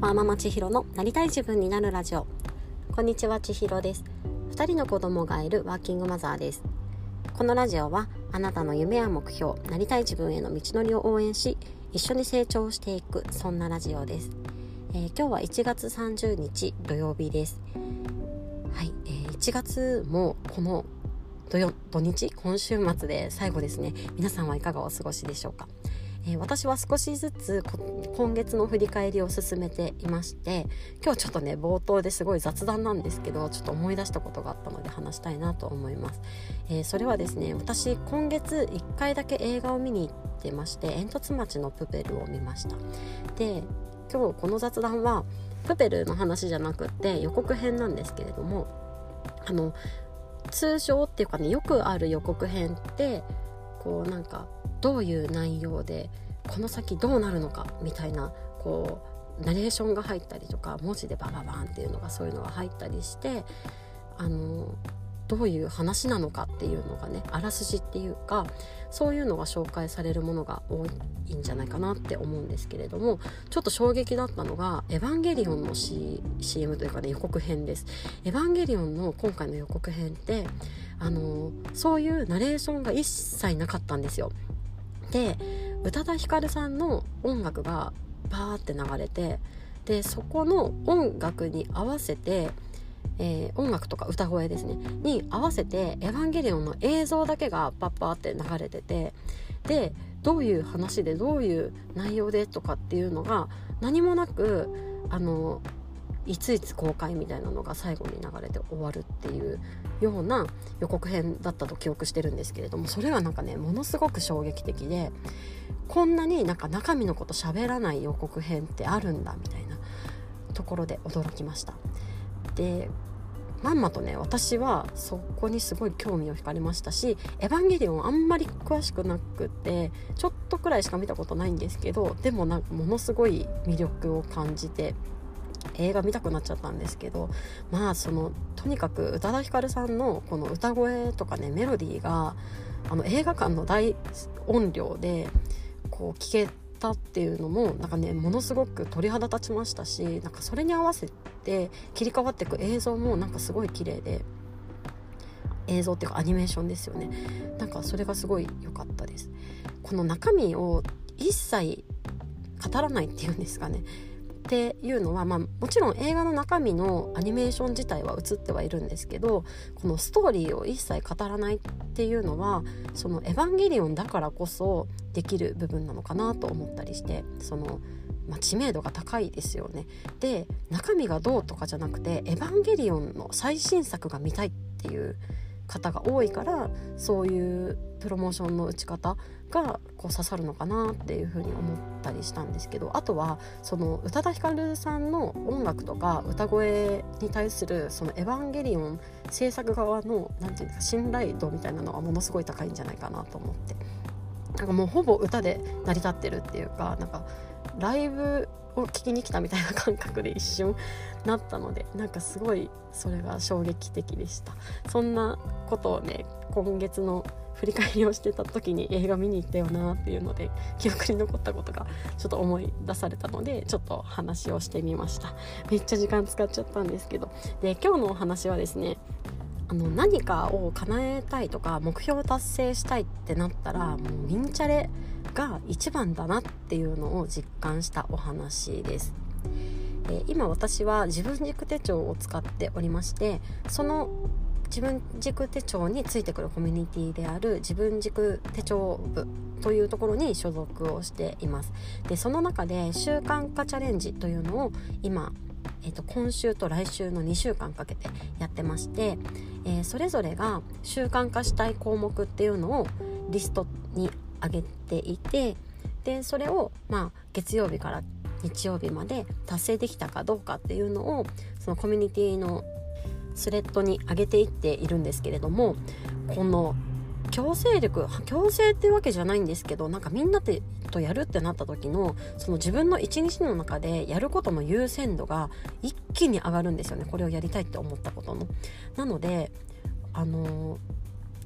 ワーママ千尋のなりたい自分になるラジオ。こんにちは、千尋です。2人の子供がいるワーキングマザーです。このラジオはあなたの夢や目標、なりたい自分への道のりを応援し、一緒に成長していく、そんなラジオです。今日は1月30日土曜日です。はい、1月もこの土日、今週末で最後ですね。皆さんはいかがお過ごしでしょうか。私は少しずつ今月の振り返りを進めていまして、今日ちょっとね冒頭ですごい雑談なんですけど、ちょっと思い出したことがあったので話したいなと思います。それはですね、私今月1回だけ映画を見に行ってまして、煙突町のプペルを見ました。で、今日この雑談はプペルの話じゃなくって予告編なんですけれども、通常っていうかね、よくある予告編ってこうなんかどういう内容でこの先どうなるのかみたいなこうナレーションが入ったりとか、文字でバババンっていうのがそういうのが入ったりして、どういう話なのかっていうのがね、あらすじっていうかそういうのが紹介されるものが多いんじゃないかなって思うんですけれども、ちょっと衝撃だったのがエヴァンゲリオンの、CM というかね、予告編です。エヴァンゲリオンの今回の予告編ってそういうナレーションが一切なかったんですよ。で、宇多田ヒカルさんの音楽がバーって流れて、でそこの音楽に合わせて音楽とか歌声ですねに合わせてエヴァンゲリオンの映像だけがパッパーって流れてて、でどういう話でどういう内容でとかっていうのが何もなくいついつ公開みたいなのが最後に流れて終わるっていうような予告編だったと記憶してるんですけれども、それがなんかねものすごく衝撃的で、こんなになんか中身のこと喋らない予告編ってあるんだみたいなところで驚きました。で、まんまとね、私はそこにすごい興味を惹かれましたし、エヴァンゲリオンあんまり詳しくなくてちょっとくらいしか見たことないんですけど、でもなんかものすごい魅力を感じて映画見たくなっちゃったんですけど、とにかく宇多田ヒカルさんのこの歌声とかね、メロディーが映画館の大音量でこう聴けたっていうのもなんかね、ものすごく鳥肌立ちましたし、なんかそれに合わせて切り替わっていく映像もなんかすごい綺麗で、映像っていうかアニメーションですよね。なんかそれがすごい良かったです。この中身を一切語らないっていうんですかねっていうのは、もちろん映画の中身のアニメーション自体は映ってはいるんですけど、このストーリーを一切語らないっていうのはそのエヴァンゲリオンだからこそできる部分なのかなと思ったりして、知名度が高いですよね。で、中身がどうとかじゃなくてエヴァンゲリオンの最新作が見たいっていう方が多いから、そういうプロモーションの打ち方がこう刺さるのかなっていうふうに思ったりしたんですけど、あとはその宇多田ヒカルさんの音楽とか歌声に対するそのエヴァンゲリオン制作側のなんていうか信頼度みたいなのはものすごい高いんじゃないかなと思って、なんかもうほぼ歌で成り立ってるっていうか、なんかライブを聴きに来たみたいな感覚で一瞬なったので、なんかすごいそれが衝撃的でした。そんなことをね、今月の振り返りをしてた時に映画見に行ったよなっていうので記憶に残ったことがちょっと思い出されたので、ちょっと話をしてみました。めっちゃ時間使っちゃったんですけど、で今日のお話はですね、何かを叶えたいとか目標を達成したいってなったらもうミンチャレが一番だなっていうのを実感したお話です。今私は自分軸手帳を使っておりまして、その自分軸手帳についてくるコミュニティである自分軸手帳部というところに所属をしています。でその中で習慣化チャレンジというのを今、今週と来週の2週間かけてやってまして、それぞれが習慣化したい項目っていうのをリストに上げていて、でそれを月曜日から日曜日まで達成できたかどうかっていうのをそのコミュニティのスレッドに上げていっているんですけれども、この強制っていうわけじゃないんですけど、なんかみんなとやるってなった時のその自分の一日の中でやることの優先度が一気に上がるんですよね。これをやりたいって思ったことのなので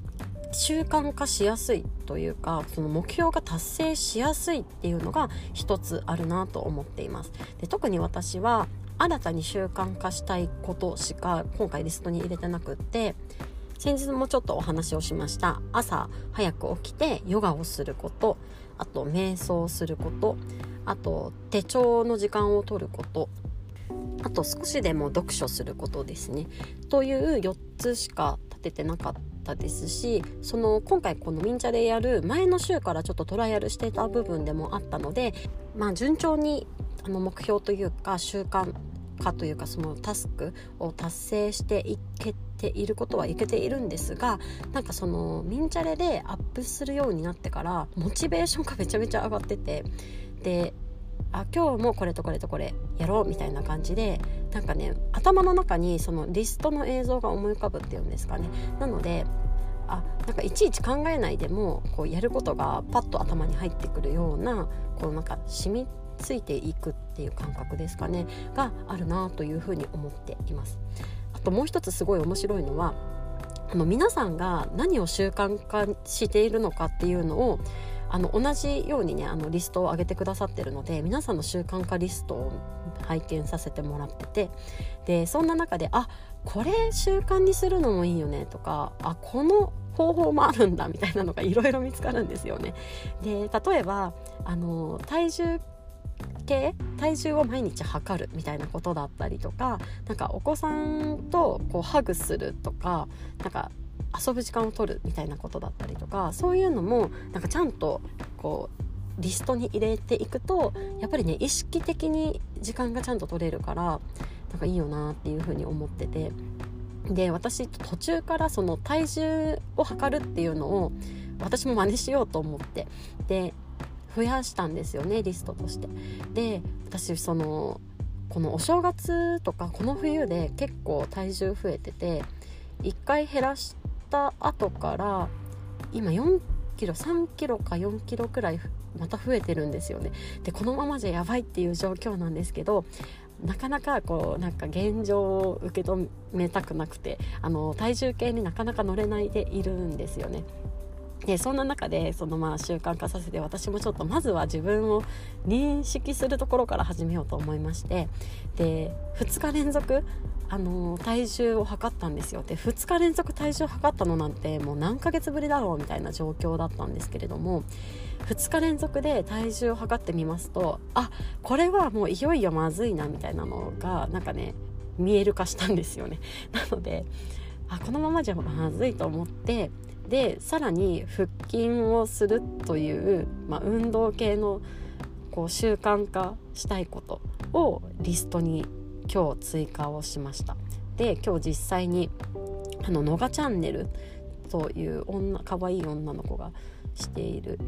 習慣化しやすいというか、その目標が達成しやすいっていうのが一つあるなと思っています。で、特に私は新たに習慣化したいことしか今回リストに入れてなくって、先日もちょっとお話をしました朝早く起きてヨガをすること、あと瞑想すること、あと手帳の時間を取ること、あと少しでも読書することですね、という4つしか立ててなかったですし、その今回このミンチャでやる前の週からちょっとトライアルしていた部分でもあったので、順調に目標というか習慣化というか、そのタスクを達成していけていることはいけているんですが、なんかそのミンチャレでアップするようになってからモチベーションがめちゃめちゃ上がってて、で今日もこれとこれとこれやろうみたいな感じで、なんかね、頭の中にそのリストの映像が思い浮かぶっていうんですかね。なのでなんかいちいち考えないでもこうやることがパッと頭に入ってくるような、こうなんか染みついていくっていう感覚ですかねがあるなというふうに思っています。あともう一つすごい面白いのは、皆さんが何を習慣化しているのかっていうのを同じようにねリストを上げてくださってるので、皆さんの習慣化リストを拝見させてもらってて、でそんな中でこれ習慣にするのもいいよねとか、この方法もあるんだみたいなのがいろいろ見つかるんですよね。で例えば体重を毎日測るみたいなことだったりとか、なんかお子さんとこうハグするとか、なんか遊ぶ時間を取るみたいなことだったりとか、そういうのもなんかちゃんとこうリストに入れていくと、やっぱりね意識的に時間がちゃんと取れるから、なんかいいよなっていうふうに思ってて、で私途中からその体重を測るっていうのを私も真似しようと思って、で増やしたんですよね、リストとして。で私このお正月とかこの冬で結構体重増えてて、1回減らした後から今4キロ3キロか4キロくらいまた増えてるんですよね。でこのままじゃやばいっていう状況なんですけど、なかなかなんか現状を受け止めたくなくて、体重計になかなか乗れないでいるんですよね。でそんな中で習慣化させて、私もちょっとまずは自分を認識するところから始めようと思いまして、で2日連続体重を測ったんですよ。で2日連続体重を測ったのなんてもう何ヶ月ぶりだろうみたいな状況だったんですけれども、2日連続で体重を測ってみますと、これはもういよいよまずいなみたいなのがなんかね見える化したんですよね。なのでこのままじゃまずいと思って、でさらに腹筋をするという、運動系の習慣化したいことをリストに今日追加をしました。で今日実際にのがチャンネルという可愛い女の子がしている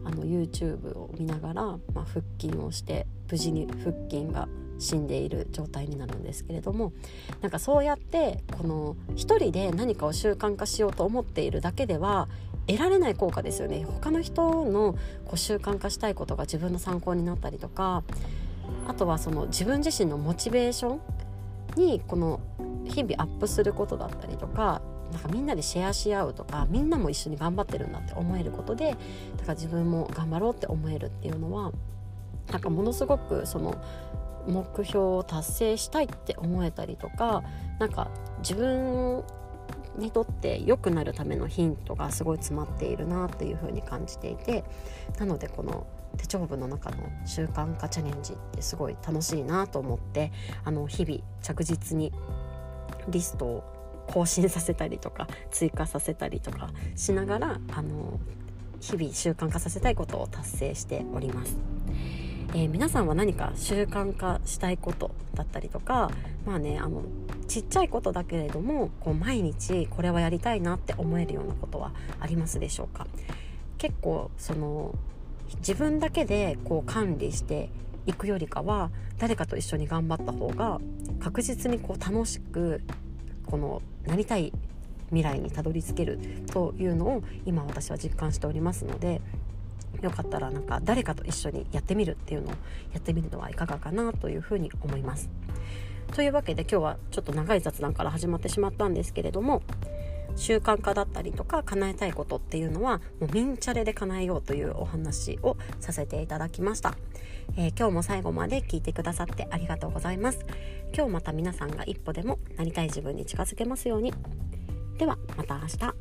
YouTube を見ながら、腹筋をして無事に腹筋が死んでいる状態になるんですけれども、なんかそうやって一人で何かを習慣化しようと思っているだけでは得られない効果ですよね。他の人の習慣化したいことが自分の参考になったりとか、あとは自分自身のモチベーションに日々アップすることだったりとか、なんかみんなでシェアし合うとか、みんなも一緒に頑張ってるんだって思えることで、だから自分も頑張ろうって思えるっていうのは、なんかものすごく目標を達成したいって思えたりとか、なんか自分にとって良くなるためのヒントがすごい詰まっているなっていう風に感じていて、なのでこの手帳部の中の習慣化チャレンジってすごい楽しいなと思って、日々着実にリストを更新させたりとか追加させたりとかしながら日々習慣化させたいことを達成しております。皆さんは何か習慣化したいことだったりとか、ちっちゃいことだけれども毎日これはやりたいなって思えるようなことはありますでしょうか。結構自分だけで管理していくよりかは、誰かと一緒に頑張った方が確実に楽しくなりたい未来にたどり着けるというのを今私は実感しておりますので、よかったらなんか誰かと一緒にやってみるっていうのをやってみるのはいかがかなというふうに思います。というわけで今日はちょっと長い雑談から始まってしまったんですけれども、 習慣化だったりとか叶えたいことっていうのはもうミンチャレで叶えようというお話をさせていただきました。今日も最後まで聞いてくださってありがとうございます。今日また皆さんが一歩でもなりたい自分に近づけますように。ではまた明日。